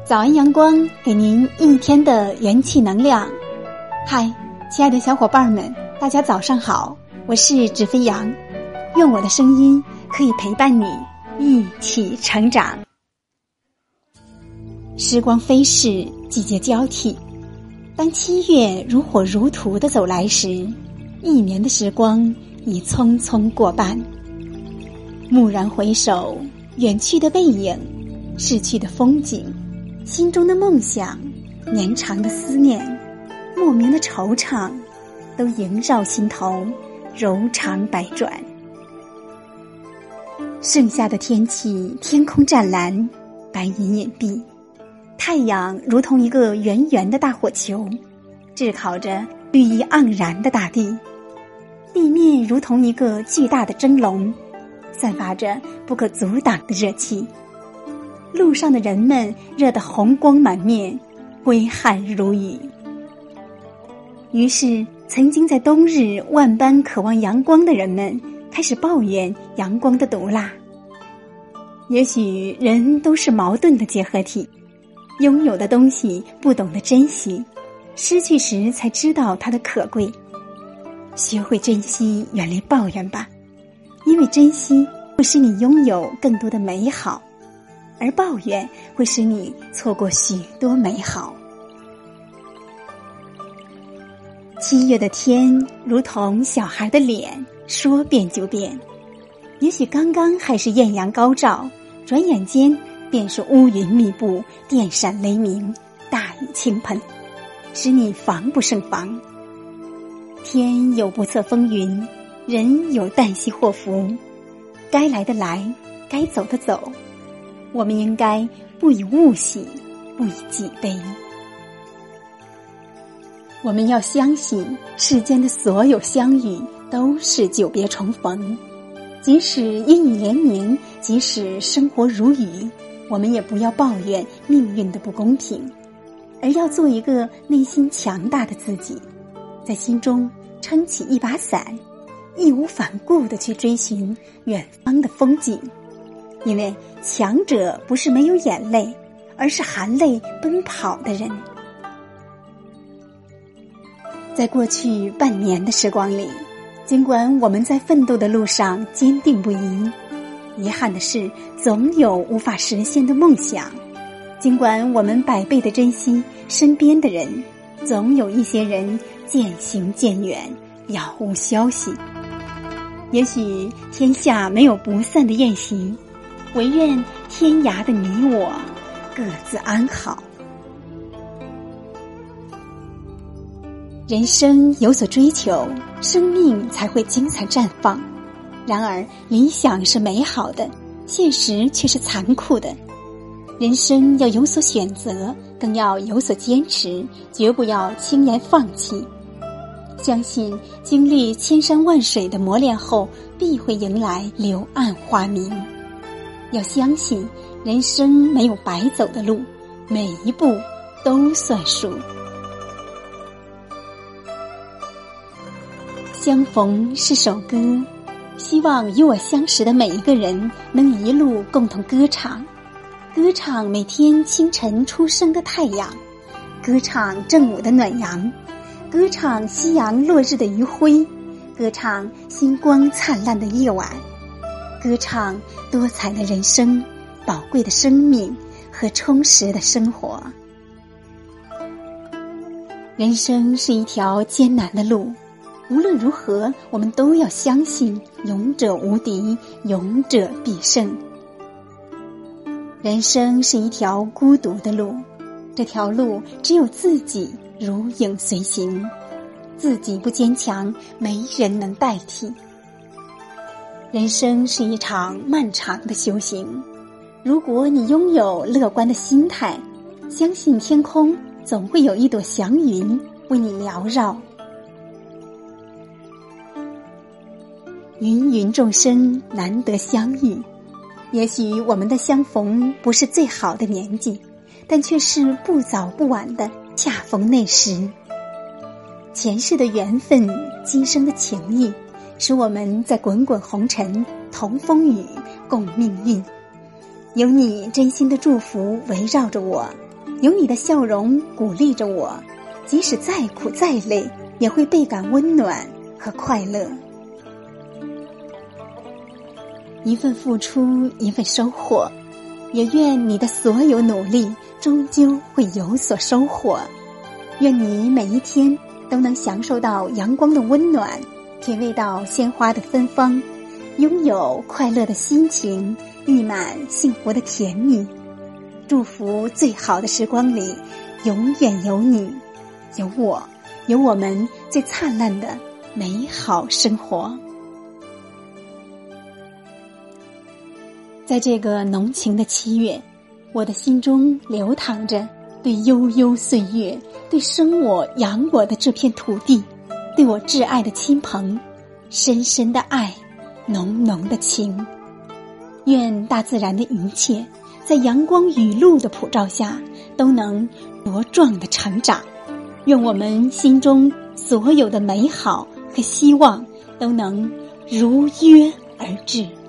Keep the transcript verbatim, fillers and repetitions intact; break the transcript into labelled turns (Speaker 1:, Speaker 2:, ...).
Speaker 1: 早安阳光，给您一天的元气能量。嗨，亲爱的小伙伴们，大家早上好，我是纸飞扬，愿我的声音可以陪伴你一起成长。时光飞逝，季节交替，当七月如火如荼地走来时，一年的时光已匆匆过半。蓦然回首，远去的背影，逝去的风景，心中的梦想，年长的思念，莫名的惆怅，都萦绕心头，柔肠百转。盛夏的天气，天空湛蓝，白云隐蔽，太阳如同一个圆圆的大火球，炙烤着绿意盎然的大地，地面如同一个巨大的蒸笼，散发着不可阻挡的热气。路上的人们热得红光满面，挥汗如雨。于是曾经在冬日万般渴望阳光的人们开始抱怨阳光的毒辣。也许人都是矛盾的结合体，拥有的东西不懂得珍惜，失去时才知道它的可贵。学会珍惜，远离抱怨吧，因为珍惜会使你拥有更多的美好，而抱怨会使你错过许多美好。七月的天如同小孩的脸，说变就变。也许刚刚还是艳阳高照，转眼间便是乌云密布，电闪雷鸣，大雨倾盆，使你防不胜防。天有不测风云，人有旦夕祸福，该来的来，该走的走，我们应该不以物喜，不以己悲。我们要相信世间的所有相遇都是久别重逢，即使阴雨连绵，即使生活如雨，我们也不要抱怨命运的不公平，而要做一个内心强大的自己，在心中撑起一把伞，义无反顾地去追寻远方的风景。因为强者不是没有眼泪，而是含泪奔跑的人。在过去半年的时光里，尽管我们在奋斗的路上坚定不移，遗憾的是总有无法实现的梦想。尽管我们百倍的珍惜身边的人，总有一些人渐行渐远，杳无消息。也许天下没有不散的宴席，唯愿天涯的你我各自安好。人生有所追求，生命才会精彩绽放。然而理想是美好的，现实却是残酷的。人生要有所选择，更要有所坚持，绝不要轻言放弃。相信经历千山万水的磨练后，必会迎来柳暗花明。要相信人生没有白走的路，每一步都算数。相逢是首歌，希望与我相识的每一个人能一路共同歌唱，歌唱每天清晨初升的太阳，歌唱正午的暖阳，歌唱夕阳落日的余晖，歌唱星光灿烂的夜晚，歌唱多彩的人生，宝贵的生命和充实的生活。人生是一条艰难的路，无论如何，我们都要相信勇者无敌，勇者必胜。人生是一条孤独的路，这条路只有自己如影随形，自己不坚强，没人能代替。人生是一场漫长的修行，如果你拥有乐观的心态，相信天空总会有一朵祥云为你缭绕。芸芸众生难得相遇，也许我们的相逢不是最好的年纪，但却是不早不晚的恰逢那时。前世的缘分，今生的情谊，使我们在滚滚红尘同风雨共命运。有你真心的祝福围绕着我， 有你的笑容鼓励着我，即使再苦再累，也会倍感温暖和快乐。一份付出，一份收获，也愿你的所有努力终究会有所收获。愿你每一天都能享受到阳光的温暖，品味到鲜花的芬芳，拥有快乐的心情，溢满幸福的甜蜜。祝福最好的时光里，永远有你，有我，有我们最灿烂的美好生活。在这个浓情的七月，我的心中流淌着对悠悠岁月，对生我养我的这片土地，对我挚爱的亲朋，深深的爱，浓浓的情。愿大自然的一切在阳光雨露的普照下都能茁壮的成长，愿我们心中所有的美好和希望都能如约而至。